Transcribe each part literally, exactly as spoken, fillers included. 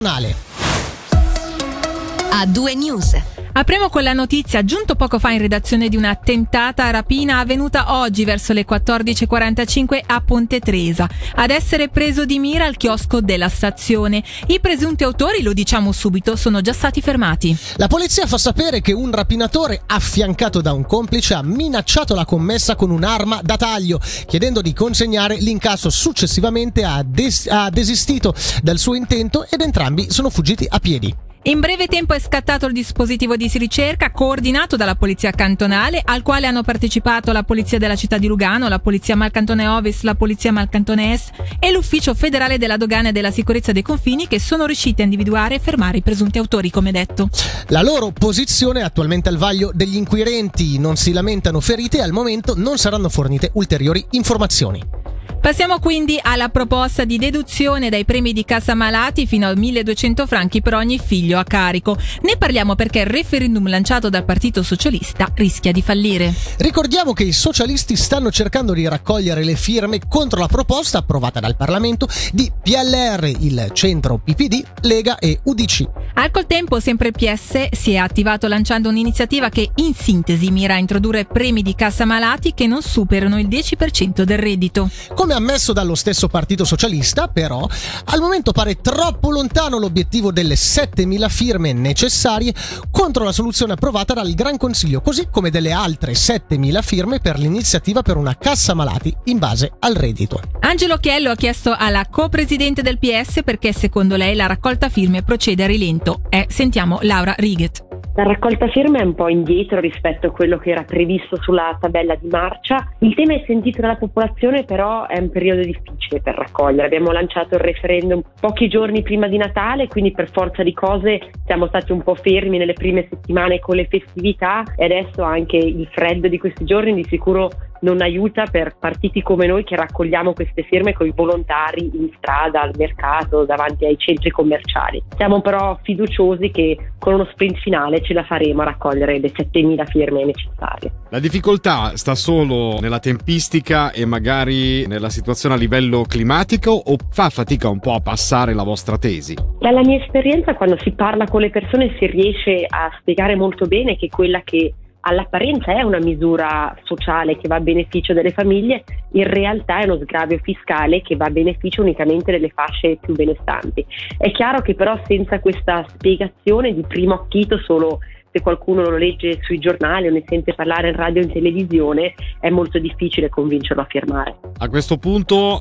A due News. Apriamo con la notizia giunto poco fa in redazione di una tentata rapina avvenuta oggi verso le quattordici e quarantacinque a Ponte Tresa. Ad essere preso di mira il chiosco della stazione. I presunti autori, lo diciamo subito, sono già stati fermati. La polizia fa sapere che un rapinatore affiancato da un complice ha minacciato la commessa con un'arma da taglio, chiedendo di consegnare l'incasso. Successivamente ha, des- ha desistito dal suo intento ed entrambi sono fuggiti a piedi. In breve tempo è scattato il dispositivo di ricerca coordinato dalla Polizia Cantonale, al quale hanno partecipato la Polizia della Città di Lugano, la Polizia Malcantone Ovest, la Polizia Malcantone Est e l'Ufficio Federale della Dogana e della Sicurezza dei Confini, che sono riusciti a individuare e fermare i presunti autori, come detto. La loro posizione è attualmente al vaglio degli inquirenti, non si lamentano ferite e al momento non saranno fornite ulteriori informazioni. Passiamo quindi alla proposta di deduzione dai premi di cassa malati fino a milleduecento franchi per ogni figlio a carico. Ne parliamo perché il referendum lanciato dal Partito Socialista rischia di fallire. Ricordiamo che i socialisti stanno cercando di raccogliere le firme contro la proposta approvata dal Parlamento di P L R, il centro P P D, Lega e U D C. Al contempo, sempre il P S si è attivato lanciando un'iniziativa che in sintesi mira a introdurre premi di cassa malati che non superano il dieci per cento del reddito. Come ammesso dallo stesso Partito Socialista, però, al momento pare troppo lontano l'obiettivo delle settemila firme necessarie contro la soluzione approvata dal Gran Consiglio, così come delle altre settemila firme per l'iniziativa per una cassa malati in base al reddito. Angelo Chiello ha chiesto alla co-presidente del P S perché secondo lei la raccolta firme procede a rilento. Eh, sentiamo Laura Righet. La raccolta firme è un po' indietro rispetto a quello che era previsto sulla tabella di marcia. Il tema è sentito dalla popolazione, però è un periodo difficile per raccogliere. Abbiamo lanciato il referendum pochi giorni prima di Natale, quindi per forza di cose siamo stati un po' fermi nelle prime settimane con le festività e adesso anche il freddo di questi giorni di sicuro non aiuta per partiti come noi che raccogliamo queste firme con i volontari in strada, al mercato, davanti ai centri commerciali. Siamo però fiduciosi che con uno sprint finale ce la faremo a raccogliere le settemila firme necessarie. La difficoltà sta solo nella tempistica e magari nella situazione a livello climatico, o fa fatica un po' a passare la vostra tesi? Dalla mia esperienza, quando si parla con le persone si riesce a spiegare molto bene che quella che all'apparenza è una misura sociale che va a beneficio delle famiglie, in realtà è uno sgravio fiscale che va a beneficio unicamente delle fasce più benestanti. È chiaro che però senza questa spiegazione di primo acchito, solo se qualcuno lo legge sui giornali o ne sente parlare in radio o in televisione, è molto difficile convincerlo a firmare. A questo punto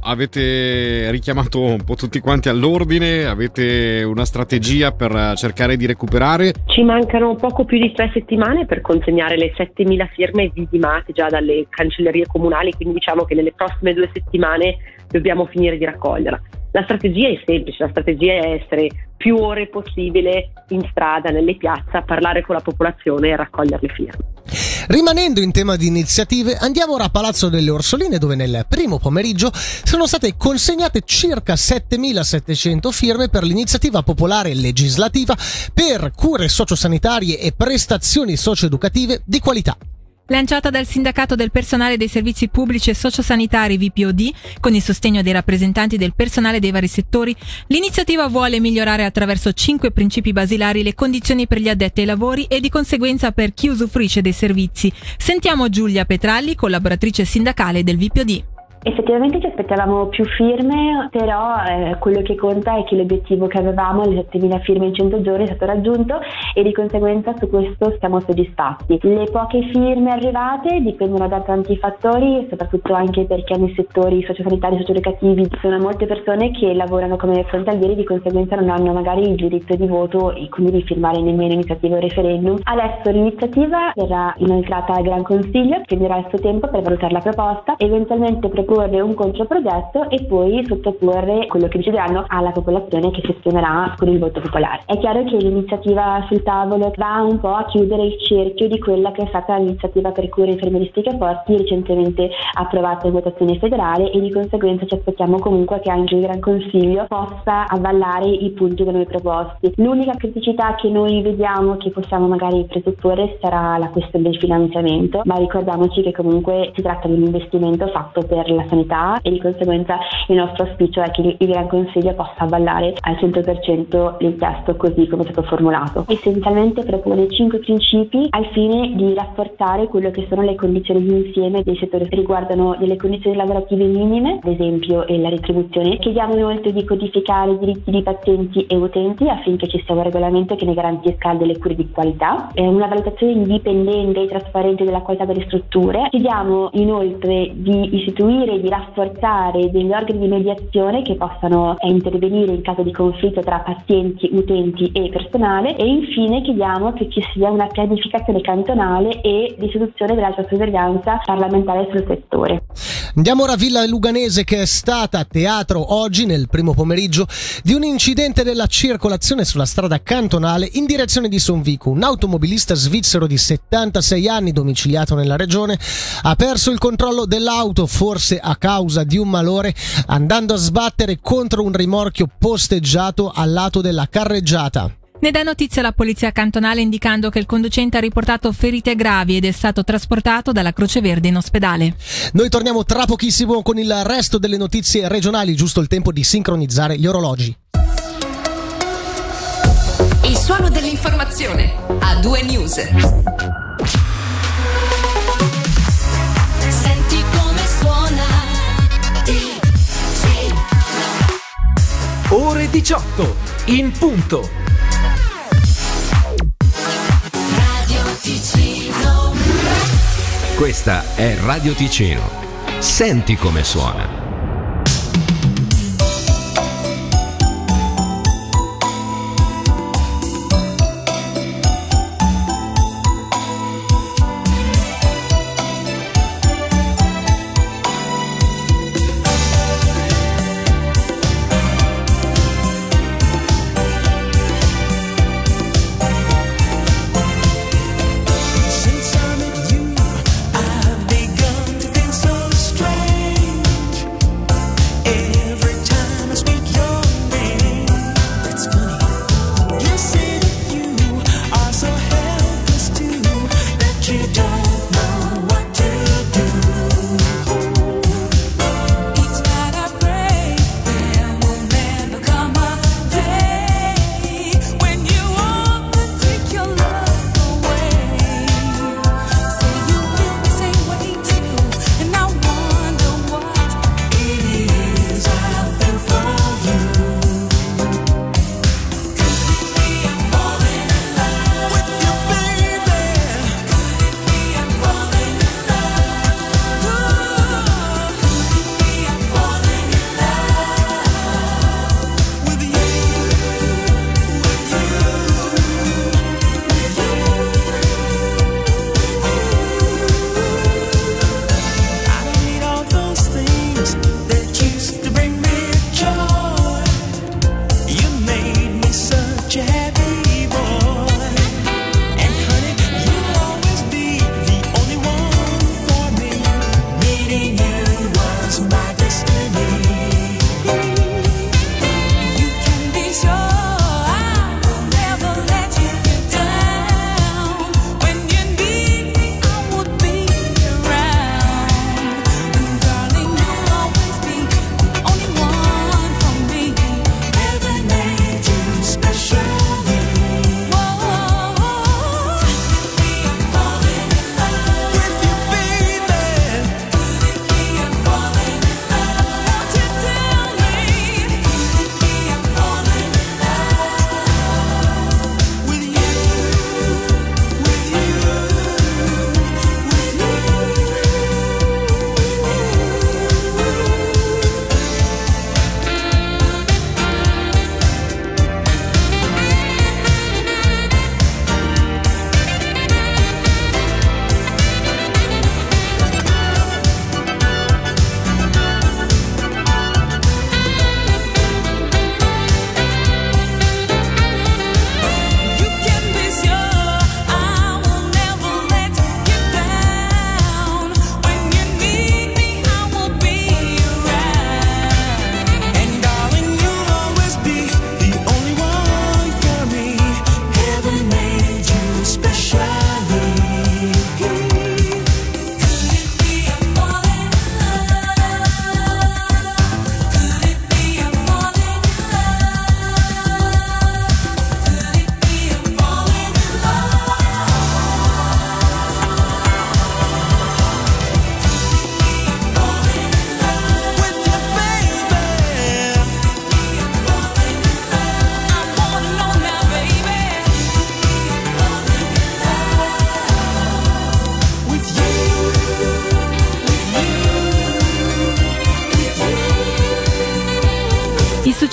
avete richiamato un po' tutti quanti all'ordine? Avete una strategia per cercare di recuperare? Ci mancano poco più di tre settimane per consegnare le settemila firme vidimate già dalle cancellerie comunali, quindi diciamo che nelle prossime due settimane dobbiamo finire di raccoglierla. La strategia è semplice, la strategia è essere più ore possibile in strada, nelle piazze, a parlare con la popolazione e a raccogliere le firme. Rimanendo in tema di iniziative, andiamo ora a Palazzo delle Orsoline, dove nel primo pomeriggio sono state consegnate circa settemilasettecento firme per l'iniziativa popolare legislativa per cure sociosanitarie e prestazioni socioeducative di qualità. Lanciata dal Sindacato del Personale dei Servizi Pubblici e Sociosanitari V P O D, con il sostegno dei rappresentanti del personale dei vari settori, l'iniziativa vuole migliorare attraverso cinque principi basilari le condizioni per gli addetti ai lavori e di conseguenza per chi usufruisce dei servizi. Sentiamo Giulia Petralli, collaboratrice sindacale del V P O D. Effettivamente ci aspettavamo più firme, però eh, quello che conta è che l'obiettivo che avevamo, le settemila firme in cento giorni, è stato raggiunto e di conseguenza su questo siamo soddisfatti. Le poche firme arrivate dipendono da tanti fattori, soprattutto anche perché nei settori sociosanitari e socioeducativi ci sono molte persone che lavorano come frontalieri, di conseguenza non hanno magari il diritto di voto e quindi di firmare nemmeno iniziative o referendum. Adesso l'iniziativa verrà inoltrata al Gran Consiglio, prenderà il suo tempo per valutare la proposta, eventualmente proporre un controprogetto e poi sottoporre quello che decideranno alla popolazione che si esprimerà con il voto popolare. È chiaro che l'iniziativa sul tavolo va un po' a chiudere il cerchio di quella che è stata l'iniziativa per cure infermieristiche forti recentemente approvata in votazione federale e di conseguenza ci aspettiamo comunque che anche il Gran Consiglio possa avvallare i punti da noi proposti. L'unica criticità che noi vediamo, che possiamo magari presupporre, sarà la questione del finanziamento, ma ricordiamoci che comunque si tratta di un investimento fatto per la alla sanità, e di conseguenza il nostro auspicio è che il Gran Consiglio possa avvallare al cento per cento il testo così come è stato formulato. Essenzialmente propone cinque principi al fine di rafforzare quello che sono le condizioni di insieme dei settori che riguardano delle condizioni lavorative minime, ad esempio e la retribuzione. Chiediamo inoltre di codificare i diritti di pazienti e utenti affinché ci sia un regolamento che ne garantisca delle cure di qualità, e una valutazione indipendente e trasparente della qualità delle strutture. Chiediamo inoltre di istituire e di rafforzare degli organi di mediazione che possano eh, intervenire in caso di conflitto tra pazienti, utenti e personale, e infine chiediamo che ci sia una pianificazione cantonale e l'istituzione della sorveglianza parlamentare sul settore. Andiamo ora a Villa Luganese, che è stata teatro oggi nel primo pomeriggio di un incidente della circolazione sulla strada cantonale in direzione di Sonvico. Un automobilista svizzero di settantasei anni, domiciliato nella regione, ha perso il controllo dell'auto, forse a causa di un malore, andando a sbattere contro un rimorchio posteggiato al lato della carreggiata. Ne dà notizia la polizia cantonale indicando che il conducente ha riportato ferite gravi ed è stato trasportato dalla Croce Verde in ospedale. Noi torniamo tra pochissimo con il resto delle notizie regionali, giusto il tempo di sincronizzare gli orologi. Il suono dell'informazione a due News. Senti come suona. Ore diciotto in punto. Ticino. Questa è Radio Ticino. Senti come suona. Since I met you, I've begun to think so strange.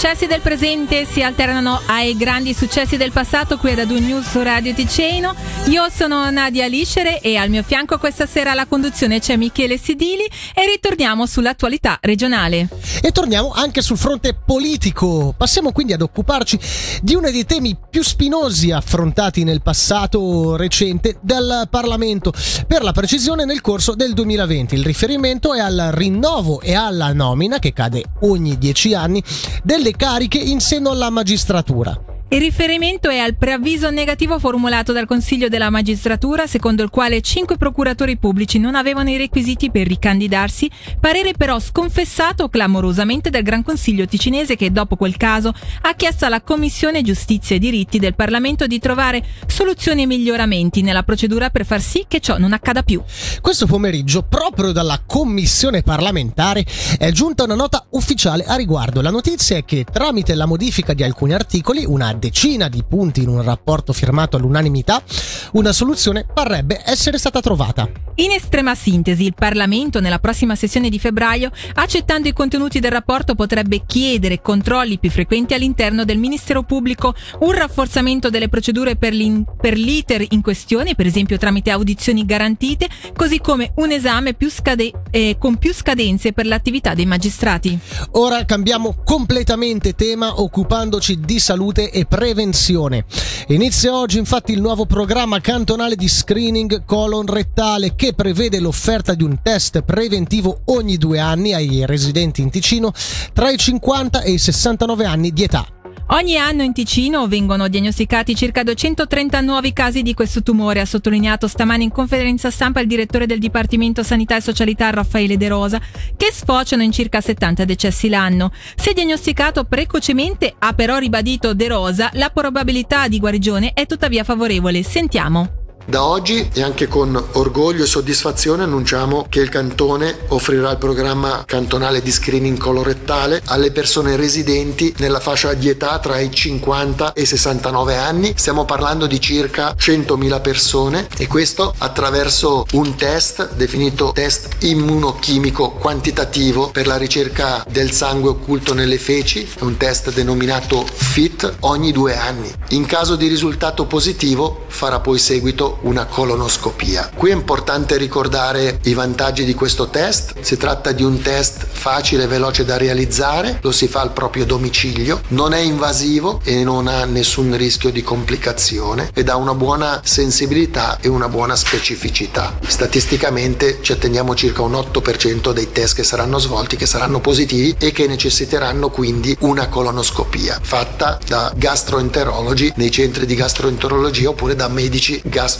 successi del presente si alternano ai grandi successi del passato qui ad A due News su Radio Ticino. Io sono Nadia Liscere e al mio fianco questa sera alla conduzione c'è Michele Sidili e ritorniamo sull'attualità regionale. E torniamo anche sul fronte politico. Passiamo quindi ad occuparci di uno dei temi più spinosi affrontati nel passato recente dal Parlamento, per la precisione nel corso del duemilaventi. Il riferimento è al rinnovo e alla nomina, che cade ogni dieci anni, delle cariche in seno alla magistratura. Il riferimento è al preavviso negativo formulato dal Consiglio della Magistratura, secondo il quale cinque procuratori pubblici non avevano i requisiti per ricandidarsi, parere però sconfessato clamorosamente dal Gran Consiglio ticinese, che dopo quel caso ha chiesto alla Commissione Giustizia e Diritti del Parlamento di trovare soluzioni e miglioramenti nella procedura per far sì che ciò non accada più. Questo pomeriggio, proprio dalla Commissione parlamentare, è giunta una nota ufficiale a riguardo. La notizia è che tramite la modifica di alcuni articoli, una decina di punti in un rapporto firmato all'unanimità, una soluzione parrebbe essere stata trovata. In estrema sintesi, il Parlamento nella prossima sessione di febbraio, accettando i contenuti del rapporto, potrebbe chiedere controlli più frequenti all'interno del Ministero Pubblico, un rafforzamento delle procedure per, per l'iter in questione, per esempio tramite audizioni garantite, così come un esame più scade- eh, con più scadenze per l'attività dei magistrati. Ora cambiamo completamente tema, occupandoci di salute e prevenzione. Inizia oggi infatti il nuovo programma cantonale di screening colon rettale, che prevede l'offerta di un test preventivo ogni due anni ai residenti in Ticino tra i cinquanta e i sessantanove anni di età. Ogni anno in Ticino vengono diagnosticati circa duecentotrenta nuovi casi di questo tumore, ha sottolineato stamani in conferenza stampa il direttore del Dipartimento Sanità e Socialità Raffaele De Rosa, che sfociano in circa settanta decessi l'anno. Se diagnosticato precocemente, ha però ribadito De Rosa, la probabilità di guarigione è tuttavia favorevole. Sentiamo. Da oggi e anche con orgoglio e soddisfazione annunciamo che il Cantone offrirà il programma cantonale di screening colorettale alle persone residenti nella fascia di età tra i cinquanta e i sessantanove anni. Stiamo parlando di circa centomila persone, e questo attraverso un test definito test immunochimico quantitativo per la ricerca del sangue occulto nelle feci, un test denominato F I T, ogni due anni. In caso di risultato positivo farà poi seguito una colonoscopia. Qui è importante ricordare i vantaggi di questo test. Si tratta di un test facile e veloce da realizzare, lo si fa al proprio domicilio, non è invasivo e non ha nessun rischio di complicazione ed ha una buona sensibilità e una buona specificità. Statisticamente ci attendiamo circa un otto per cento dei test che saranno svolti che saranno positivi e che necessiteranno quindi una colonoscopia fatta da gastroenterologi nei centri di gastroenterologia oppure da medici gastroenterologi.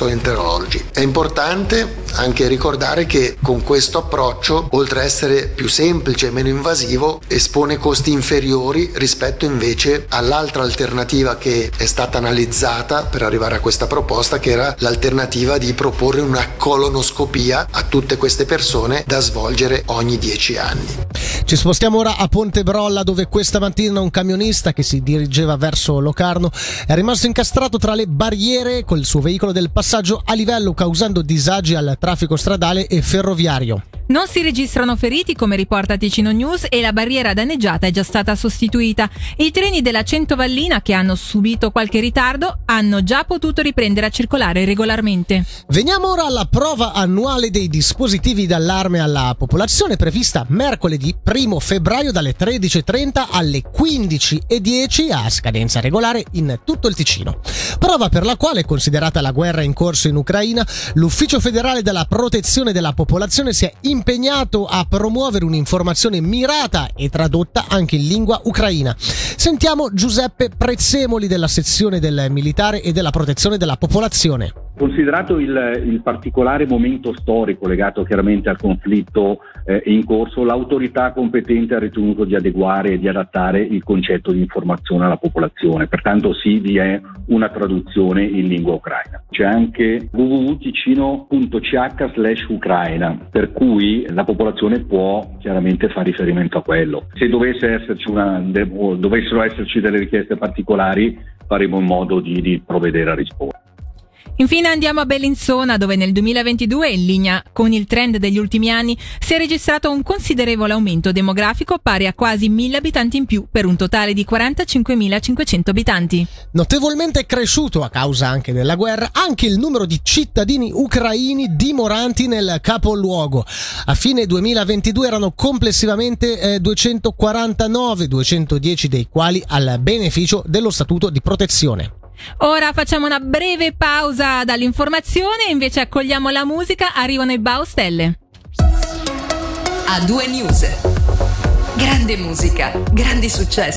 È importante anche ricordare che con questo approccio, oltre a essere più semplice e meno invasivo, espone costi inferiori rispetto invece all'altra alternativa che è stata analizzata per arrivare a questa proposta, che era l'alternativa di proporre una colonoscopia a tutte queste persone da svolgere ogni dieci anni. Ci spostiamo ora a Pontebrolla, dove questa mattina un camionista che si dirigeva verso Locarno è rimasto incastrato tra le barriere col suo veicolo del passaggio a livello, causando disagi al traffico stradale e ferroviario. Non si registrano feriti, come riporta Ticino News, e la barriera danneggiata è già stata sostituita. I treni della Centovallina, che hanno subito qualche ritardo, hanno già potuto riprendere a circolare regolarmente. Veniamo ora alla prova annuale dei dispositivi d'allarme alla popolazione, prevista mercoledì primo febbraio dalle tredici e trenta alle quindici e dieci a scadenza regolare in tutto il Ticino. Prova per la quale, considerata la guerra in corso in Ucraina, l'Ufficio federale della protezione della popolazione si è impegnato a promuovere un'informazione mirata e tradotta anche in lingua ucraina. Sentiamo Giuseppe Prezzemoli della sezione del militare e della protezione della popolazione. Considerato il, il particolare momento storico legato chiaramente al conflitto eh, in corso, l'autorità competente ha ritenuto di adeguare e di adattare il concetto di informazione alla popolazione, pertanto sì, vi è una traduzione in lingua ucraina. C'è anche w w w punto ticino punto c h slash ucraina, per cui la popolazione può chiaramente fare riferimento a quello. Se dovesse esserci una, dovessero esserci delle richieste particolari, faremo in modo di, di provvedere a rispondere. Infine andiamo a Bellinzona, dove nel duemilaventidue, in linea con il trend degli ultimi anni, si è registrato un considerevole aumento demografico pari a quasi mille abitanti in più, per un totale di quarantacinquemilacinquecento abitanti. Notevolmente cresciuto, a causa anche della guerra, anche il numero di cittadini ucraini dimoranti nel capoluogo. A fine duemilaventidue erano complessivamente eh, duecentoquarantanove, duecentodieci dei quali al beneficio dello statuto di protezione. Ora facciamo una breve pausa dall'informazione e invece accogliamo la musica. Arrivano i Baustelle. A due News. Grande musica, grandi successi.